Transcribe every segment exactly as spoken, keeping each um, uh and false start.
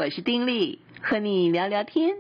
我是丁莉，和你聊聊天。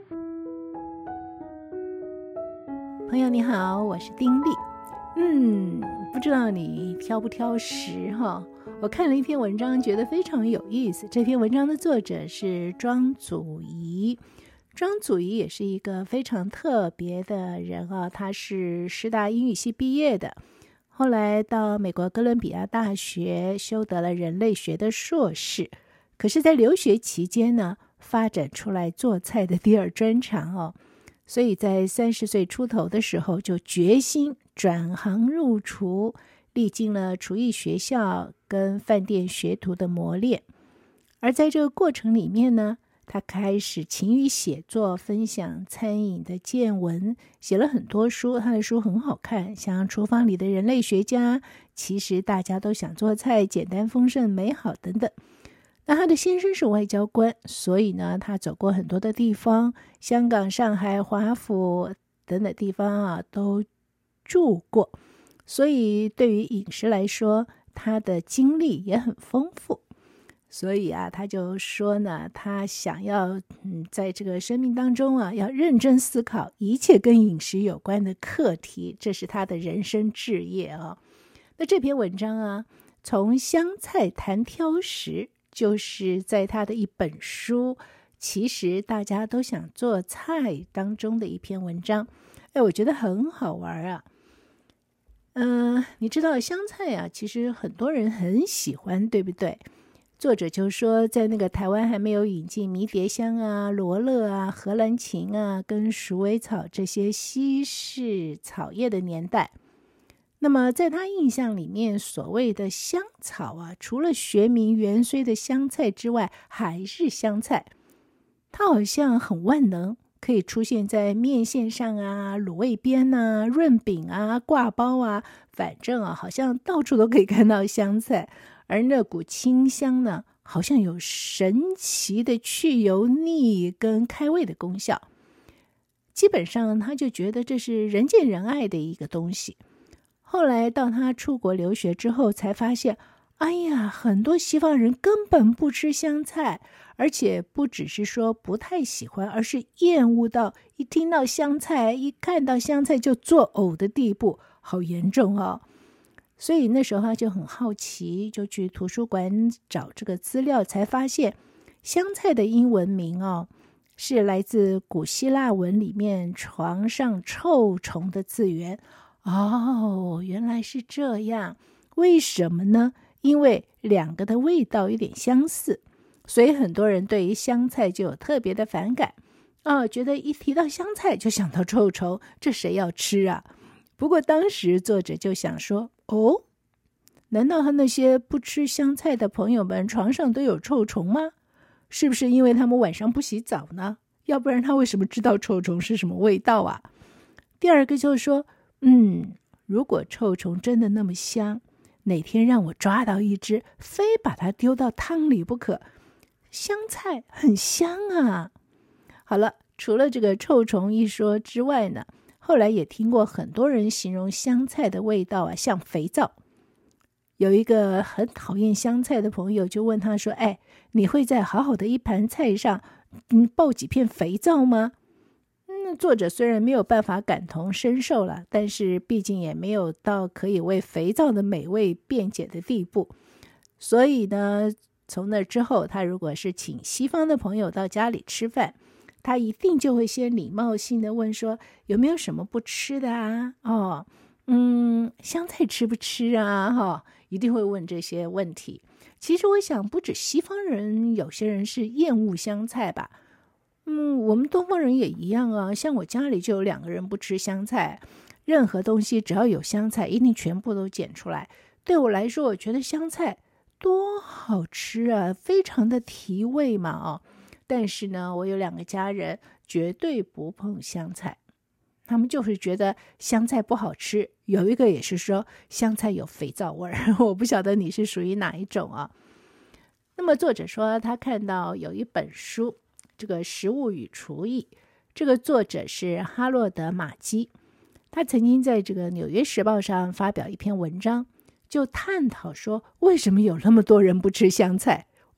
朋友你好，我是丁莉。嗯，不知道你挑不挑食哈？我看了一篇文章，觉得非常有意思。这篇文章的作者是庄祖仪。庄祖仪也是一个非常特别的人啊，他是师大英语系毕业的，后来到美国哥伦比亚大学修得了人类学的硕士。可是在留学期间呢，发展出来做菜的第二专长哦。所以在三十岁出头的时候，就决心转行入厨，历经了厨艺学校跟饭店学徒的磨练。而在这个过程里面呢，他开始勤于写作，分享餐饮的见闻，写了很多书，他的书很好看，像《厨房里的人类学家》，其实大家都想做菜，简单丰盛美好等等。那他的先生是外交官，所以呢，他走过很多的地方，香港、上海、华府等等地方啊，都住过。所以对于饮食来说，他的经历也很丰富。所以啊，他就说呢，他想要嗯，在这个生命当中啊，要认真思考一切跟饮食有关的课题，这是他的人生志业啊。那这篇文章啊，从湘菜谈挑食，就是在他的一本书，其实大家都想做菜当中的一篇文章。哎，我觉得很好玩啊。嗯、呃，你知道湘菜啊，其实很多人很喜欢，对不对？作者就说，在那个台湾还没有引进迷迭香啊、罗勒啊、荷兰芹啊跟鼠尾草这些西式草叶的年代，那么在他印象里面，所谓的香草啊，除了学名元荽的香菜之外，还是香菜。它好像很万能，可以出现在面线上啊、卤味边啊、润饼啊、挂包啊，反正啊，好像到处都可以看到香菜。而那股清香呢，好像有神奇的去油腻跟开胃的功效。基本上他就觉得这是人见人爱的一个东西。后来到他出国留学之后，才发现，哎呀，很多西方人根本不吃香菜，而且不只是说不太喜欢，而是厌恶到一听到香菜，一看到香菜就作呕的地步，好严重哦。所以那时候他就很好奇，就去图书馆找这个资料，才发现香菜的英文名哦，是来自古希腊文里面床上臭虫的字源。哦，原来是这样。为什么呢？因为两个的味道有点相似，所以很多人对于香菜就有特别的反感哦，觉得一提到香菜就想到臭虫，这谁要吃啊？不过当时作者就想说，哦，难道他那些不吃香菜的朋友们床上都有臭虫吗？是不是因为他们晚上不洗澡呢？要不然他为什么知道臭虫是什么味道啊？第二个就是说，嗯，如果臭虫真的那么香，哪天让我抓到一只，非把它丢到汤里不可。香菜很香啊。好了，除了这个臭虫一说之外呢，后来也听过很多人形容香菜的味道啊，像肥皂。有一个很讨厌香菜的朋友就问他说，哎，你会在好好的一盘菜上嗯，爆几片肥皂吗？嗯，作者虽然没有办法感同身受了，但是毕竟也没有到可以为肥皂的美味辩解的地步。所以呢，从那之后，他如果是请西方的朋友到家里吃饭，他一定就会先礼貌性的问说，有没有什么不吃的啊？哦，嗯，香菜吃不吃啊？哈、哦，一定会问这些问题。其实我想，不止西方人，有些人是厌恶香菜吧。嗯，我们东方人也一样啊。像我家里就有两个人不吃香菜，任何东西只要有香菜，一定全部都捡出来。对我来说，我觉得香菜多好吃啊，非常的提味嘛哦。但是呢，我有两个家人绝对不碰香菜，他们就是觉得香菜不好吃。有一个也是说香菜有肥皂味儿，我不晓得你是属于哪一种啊。那么作者说他看到有一本书，这个食物与厨艺，这个作者是哈洛德马基，他曾经在这个纽约时报上发表一篇文章，就探讨说为什么有那么多人不吃香菜。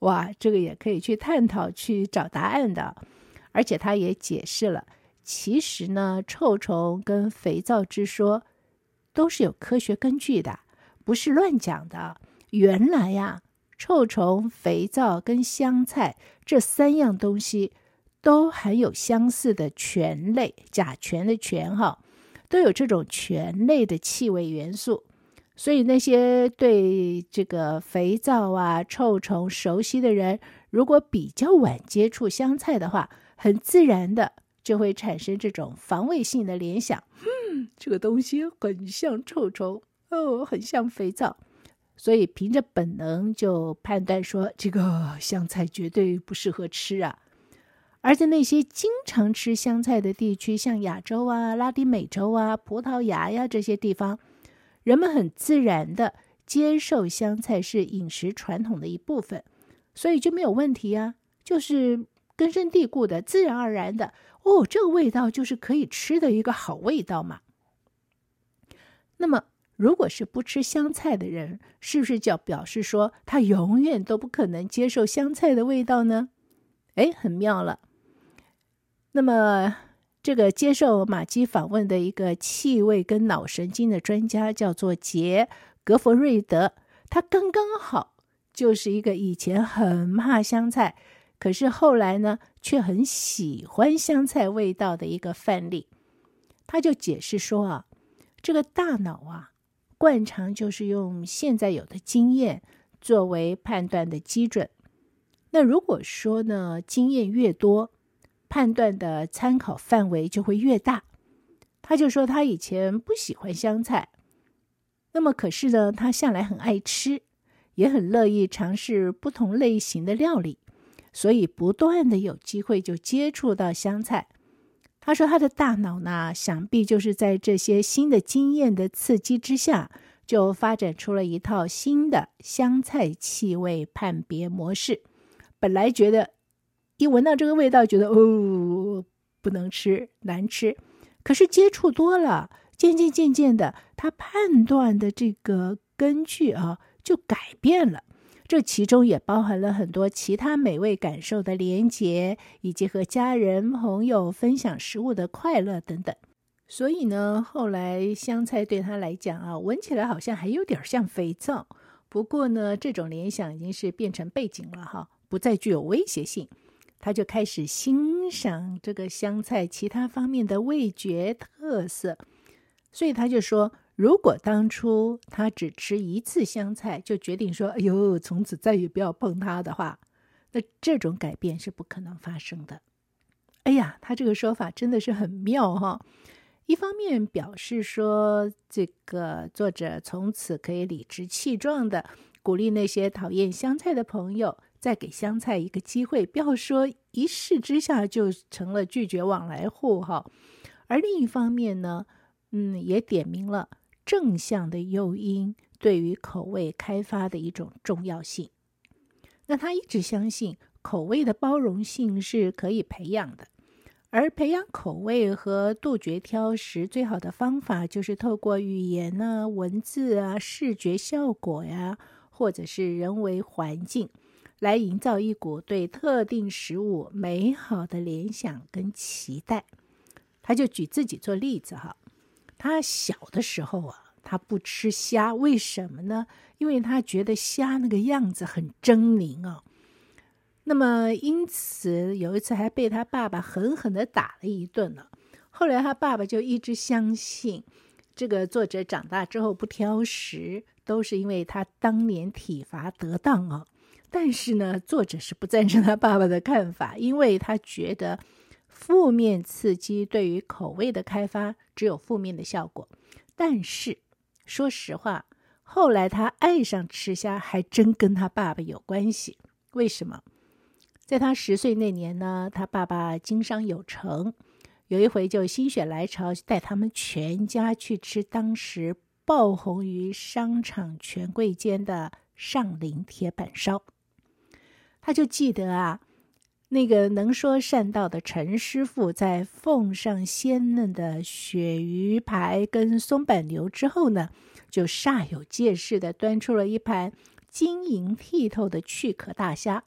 哇，这个也可以去探讨去找答案的。而且他也解释了，其实呢臭虫跟肥皂之说都是有科学根据的，不是乱讲的。原来呀、啊，臭虫、肥皂跟香菜这三样东西都含有相似的醛类，甲醛的醛哈，都有这种醛类的气味元素。所以那些对这个肥皂啊、臭虫熟悉的人，如果比较晚接触香菜的话，很自然的就会产生这种防卫性的联想，嗯，这个东西很像臭虫哦，很像肥皂，所以凭着本能就判断说这个香菜绝对不适合吃啊。而在那些经常吃香菜的地区，像亚洲啊、拉丁美洲啊、葡萄牙呀这些地方，人们很自然的接受香菜是饮食传统的一部分，所以就没有问题啊，就是根深蒂固的、自然而然的，哦，这个味道就是可以吃的一个好味道嘛。那么如果是不吃香菜的人，是不是就表示说他永远都不可能接受香菜的味道呢？哎，很妙了。那么这个接受马基访问的一个气味跟脑神经的专家叫做杰格弗瑞德，他刚刚好就是一个以前很怕香菜，可是后来呢却很喜欢香菜味道的一个范例。他就解释说啊，这个大脑啊惯常就是用现在有的经验作为判断的基准。那如果说呢经验越多，判断的参考范围就会越大。他就说他以前不喜欢香菜，那么可是呢他向来很爱吃，也很乐意尝试不同类型的料理，所以不断的有机会就接触到香菜。他说他的大脑呢，想必就是在这些新的经验的刺激之下，就发展出了一套新的香菜气味判别模式。本来觉得一闻到这个味道觉得哦不能吃难吃，可是接触多了，渐渐渐渐的他判断的这个根据啊就改变了。这其中也包含了很多其他美味感受的连结，以及和家人朋友分享食物的快乐等等。所以呢后来香菜对他来讲啊，闻起来好像还有点像肥皂，不过呢这种联想已经是变成背景了哈，不再具有威胁性。他就开始欣赏这个香菜其他方面的味觉特色，所以他就说，如果当初他只吃一次香菜就决定说哎呦从此再也不要碰它的话，那这种改变是不可能发生的。哎呀，他这个说法真的是很妙哈。一方面表示说这个作者从此可以理直气壮的鼓励那些讨厌香菜的朋友再给香菜一个机会，不要说一试之下就成了拒绝往来户哈。而另一方面呢，嗯，也点明了正向的诱因对于口味开发的一种重要性。那他一直相信口味的包容性是可以培养的，而培养口味和杜绝挑食最好的方法就是透过语言啊、文字啊、视觉效果呀，或者是人为环境，来营造一股对特定食物美好的联想跟期待。他就举自己做例子哈，他小的时候啊，他不吃虾，为什么呢？因为他觉得虾那个样子很狰狞啊。那么因此有一次还被他爸爸狠狠地打了一顿了。后来他爸爸就一直相信这个作者长大之后不挑食都是因为他当年体罚得当啊。但是呢作者是不赞成他爸爸的看法，因为他觉得负面刺激对于口味的开发只有负面的效果。但是说实话，后来他爱上吃虾还真跟他爸爸有关系。为什么？在他十岁那年呢，他爸爸经商有成，有一回就心血来潮带他们全家去吃当时爆红于商场权贵间的上林铁板烧。他就记得啊，那个能说善道的陈师傅在奉上鲜嫩的鳕鱼排跟松板牛之后呢，就煞有介事地端出了一盘晶莹剔透的去壳大虾。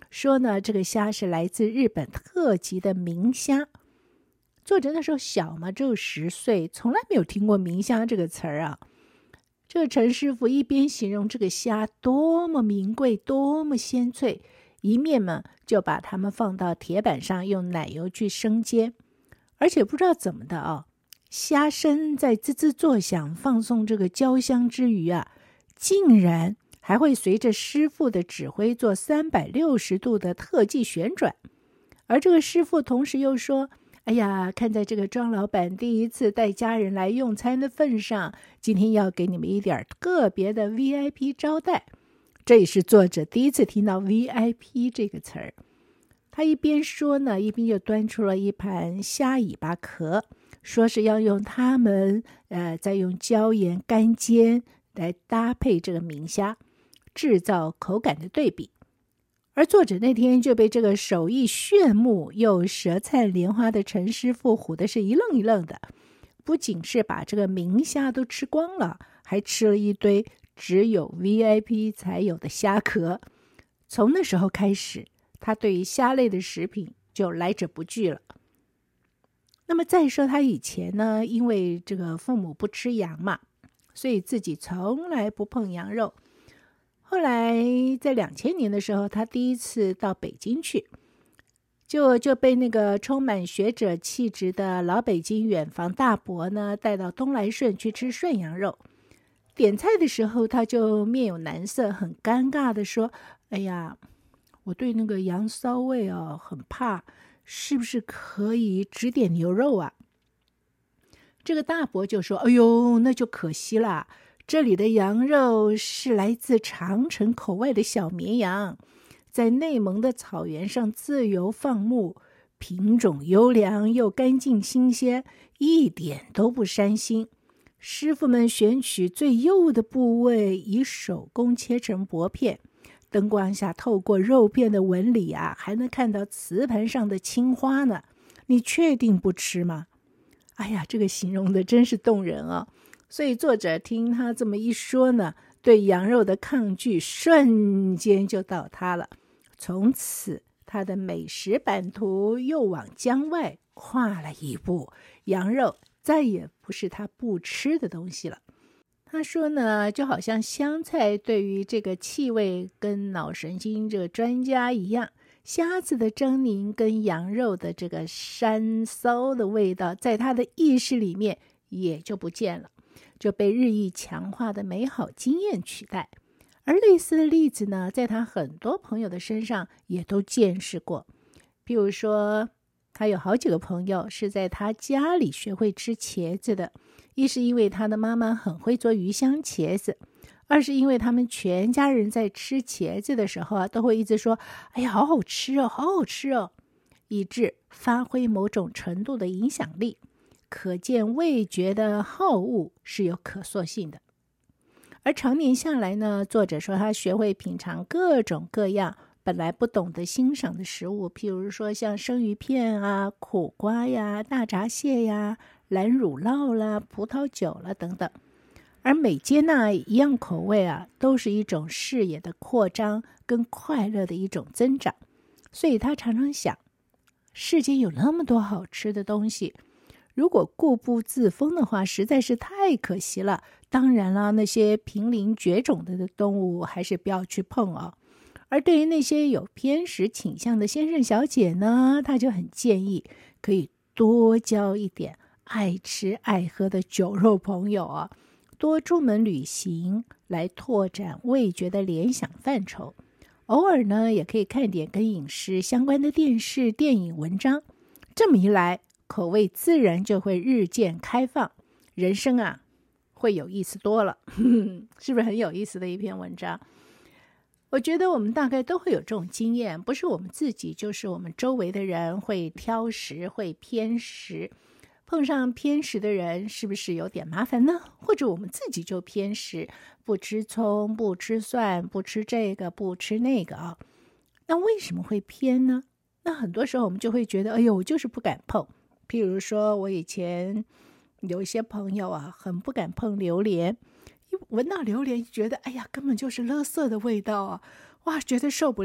说呢这个虾是来自日本特级的明虾。作者那时候小嘛，只有十岁，从来没有听过明虾这个词儿啊。这个陈师傅一边形容这个虾多么名贵多么鲜脆，一面嘛就把它们放到铁板上用奶油去生煎。而且不知道怎么的啊，虾身在滋滋作响放送这个焦香之余啊，竟然还会随着师傅的指挥做三百六十度的特技旋转。而这个师傅同时又说，哎呀，看在这个庄老板第一次带家人来用餐的份上，今天要给你们一点特别的 V I P 招待。这也是作者第一次听到 V I P 这个词儿。他一边说呢，一边就端出了一盘虾尾巴壳，说是要用它们呃，再用椒盐干煎来搭配这个明虾，制造口感的对比。而作者那天就被这个手艺炫目又舌灿莲花的陈师傅唬得是一愣一愣的，不仅是把这个明虾都吃光了，还吃了一堆只有 V I P 才有的虾壳。从那时候开始，他对于虾类的食品就来者不拒了。那么再说他以前呢，因为这个父母不吃羊嘛，所以自己从来不碰羊肉。后来在两千年的时候，他第一次到北京去，就就被那个充满学者气质的老北京远房大伯呢带到东来顺去吃涮羊肉。点菜的时候，他就面有难色，很尴尬的说：“哎呀，我对那个羊骚味哦很怕，是不是可以只点牛肉啊？”这个大伯就说：“哎呦，那就可惜啦。这里的羊肉是来自长城口外的小绵羊，在内蒙的草原上自由放牧，品种优良又干净新鲜，一点都不膻腥。师傅们选取最幼的部位，以手工切成薄片，灯光下透过肉片的纹理啊，还能看到瓷盘上的青花呢。你确定不吃吗？”哎呀，这个形容的真是动人啊！所以作者听他这么一说呢，对羊肉的抗拒瞬间就倒塌了。从此他的美食版图又往江外跨了一步，羊肉再也不是他不吃的东西了。他说呢，就好像香菜对于这个气味跟脑神经这个专家一样，虾子的狰狞跟羊肉的这个膻骚的味道，在他的意识里面也就不见了，就被日益强化的美好经验取代。而类似的例子呢，在他很多朋友的身上也都见识过。比如说，他有好几个朋友是在他家里学会吃茄子的，一是因为他的妈妈很会做鱼香茄子，二是因为他们全家人在吃茄子的时候啊，都会一直说：“哎呀，好好吃哦，好好吃哦”，以致发挥某种程度的影响力。可见味觉的好恶是有可塑性的。而常年下来呢，作者说他学会品尝各种各样本来不懂得欣赏的食物，譬如说像生鱼片啊、苦瓜呀、大闸蟹呀、蓝乳酪啦、葡萄酒啦等等。而每接纳一样口味啊，都是一种视野的扩张跟快乐的一种增长。所以他常常想，世间有那么多好吃的东西，如果固步自封的话，实在是太可惜了。当然了，那些濒临绝种的动物还是不要去碰哦。而对于那些有偏食倾向的先生小姐呢，他就很建议可以多交一点爱吃爱喝的酒肉朋友啊，多出门旅行来拓展味觉的联想范畴。偶尔呢，也可以看点跟饮食相关的电视、电影、文章。这么一来，口味自然就会日渐开放，人生啊会有意思多了。是不是很有意思的一篇文章？我觉得我们大概都会有这种经验，不是我们自己，就是我们周围的人会挑食，会偏食。碰上偏食的人是不是有点麻烦呢？或者我们自己就偏食，不吃葱，不吃蒜，不吃这个，不吃那个啊。那为什么会偏呢？那很多时候我们就会觉得，哎呦，我就是不敢碰。譬如说我以前有一些朋友啊，很不敢碰榴莲，一闻到榴莲觉得，哎呀，根本就是垃圾的味道啊，哇，觉得受不了。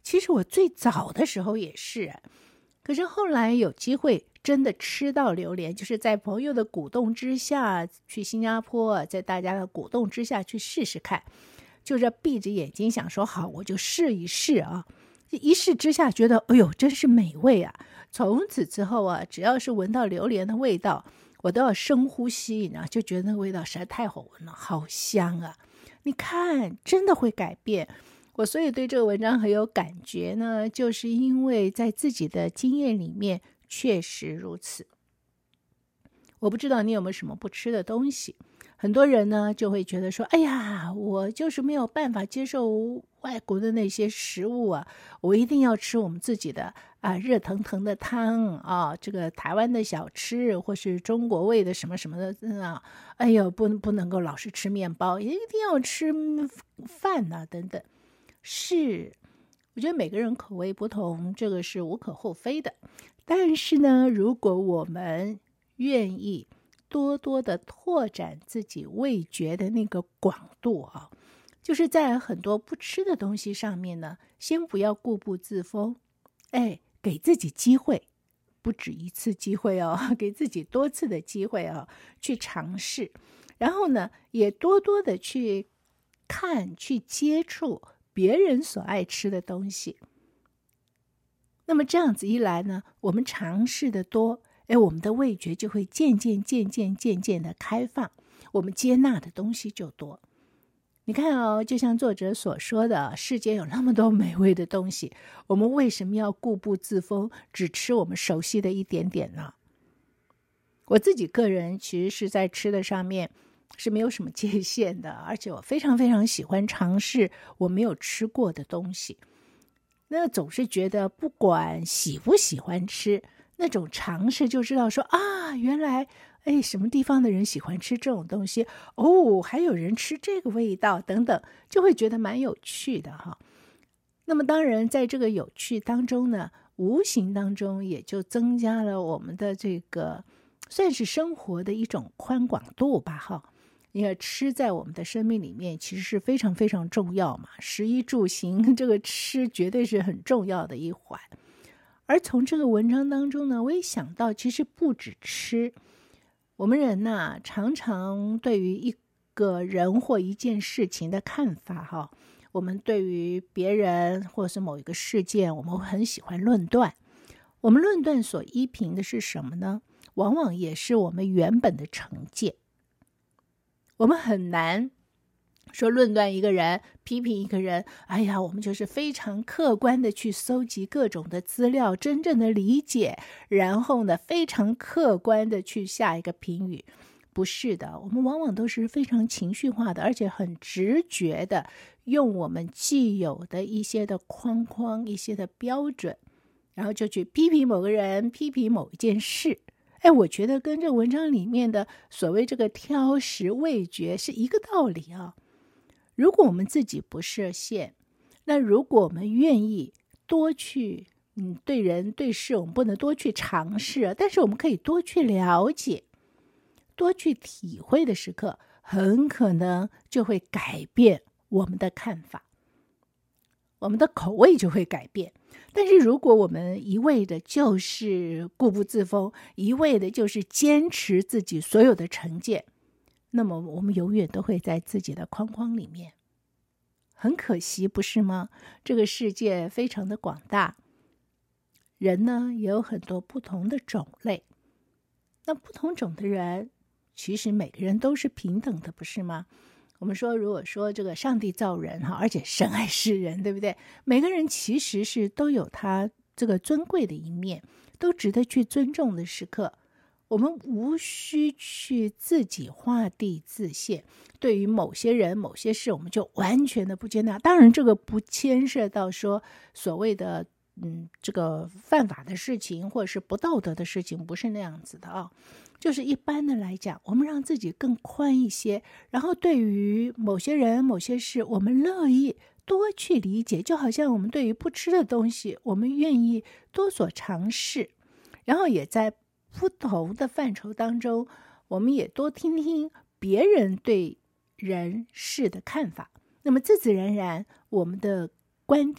其实我最早的时候也是，可是后来有机会真的吃到榴莲，就是在朋友的鼓动之下去新加坡，在大家的鼓动之下去试试看，就这闭着眼睛想说好我就试一试啊，一试之下觉得哎呦真是美味啊，从此之后啊，只要是闻到榴莲的味道我都要深呼吸，然后就觉得那个味道实在太好闻了，好香啊。你看真的会改变。我所以对这个文章很有感觉呢，就是因为在自己的经验里面确实如此。我不知道你有没有什么不吃的东西，很多人呢就会觉得说，哎呀，我就是没有办法接受外国的那些食物啊，我一定要吃我们自己的啊热腾腾的汤啊，这个台湾的小吃或是中国味的什么什么的啊，哎呦，不不能够老是吃面包，也一定要吃饭啊等等。是，我觉得每个人口味不同，这个是无可厚非的。但是呢，如果我们愿意多多的拓展自己味觉的那个广度啊，就是在很多不吃的东西上面呢，先不要固步自封，哎，给自己机会，不止一次机会哦，给自己多次的机会哦，去尝试，然后呢，也多多的去看、去接触别人所爱吃的东西。那么这样子一来呢，我们尝试的多，哎，我们的味觉就会渐渐渐渐渐渐的开放，我们接纳的东西就多。你看哦，就像作者所说的，世界有那么多美味的东西，我们为什么要固步自封，只吃我们熟悉的一点点呢？我自己个人其实是在吃的上面是没有什么界限的，而且我非常非常喜欢尝试我没有吃过的东西。那总是觉得不管喜不喜欢吃，那种尝试就知道说啊，原来哎什么地方的人喜欢吃这种东西哦，还有人吃这个味道等等，就会觉得蛮有趣的哈。那么当然在这个有趣当中呢，无形当中也就增加了我们的这个算是生活的一种宽广度吧哈。因为吃在我们的生命里面其实是非常非常重要嘛，食衣住行，这个吃绝对是很重要的一环。而从这个文章当中呢，我也想到其实不止吃，我们人呐、啊、常常对于一个人或一件事情的看法哈，我们对于别人或是某一个事件，我们会很喜欢论断。我们论断所依凭的是什么呢？往往也是我们原本的成见。我们很难说论断一个人，批评一个人，哎呀，我们就是非常客观的去搜集各种的资料，真正的理解，然后呢，非常客观的去下一个评语。不是的，我们往往都是非常情绪化的，而且很直觉的，用我们既有的一些的框框、一些的标准，然后就去批评某个人，批评某一件事。哎，我觉得跟这文章里面的所谓这个挑食味觉是一个道理啊。如果我们自己不设限，那如果我们愿意多去，嗯，对人对事，我们不能多去尝试，但是我们可以多去了解，多去体会的时刻，很可能就会改变我们的看法，我们的口味就会改变。但是如果我们一味的就是固步自封，一味的就是坚持自己所有的成见，那么我们永远都会在自己的框框里面。很可惜，不是吗？这个世界非常的广大，人呢也有很多不同的种类。那不同种的人，其实每个人都是平等的，不是吗？我们说，如果说这个上帝造人哈，而且神爱世人，对不对？每个人其实是都有他这个尊贵的一面，都值得去尊重的时刻。我们无需去自己画地自限，对于某些人、某些事，我们就完全的不接纳。当然，这个不牵涉到说所谓的嗯这个犯法的事情，或者是不道德的事情，不是那样子的啊。就是一般的来讲，我们让自己更宽一些，然后对于某些人、某些事，我们乐意多去理解，就好像我们对于不吃的东西，我们愿意多所尝试，然后也在不同的范畴当中，我们也多听听别人对人事的看法。那么自自然然，我们的观点、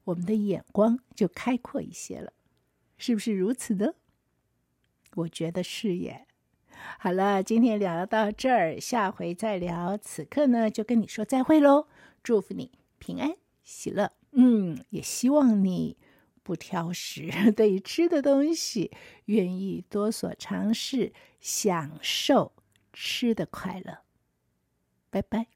我们的眼光就开阔一些了，是不是如此呢？我觉得是耶。好了，今天聊到这儿，下回再聊。此刻呢，就跟你说再会咯，祝福你平安喜乐。嗯，也希望你不挑食，对于吃的东西愿意多所尝试，享受吃的快乐。拜拜。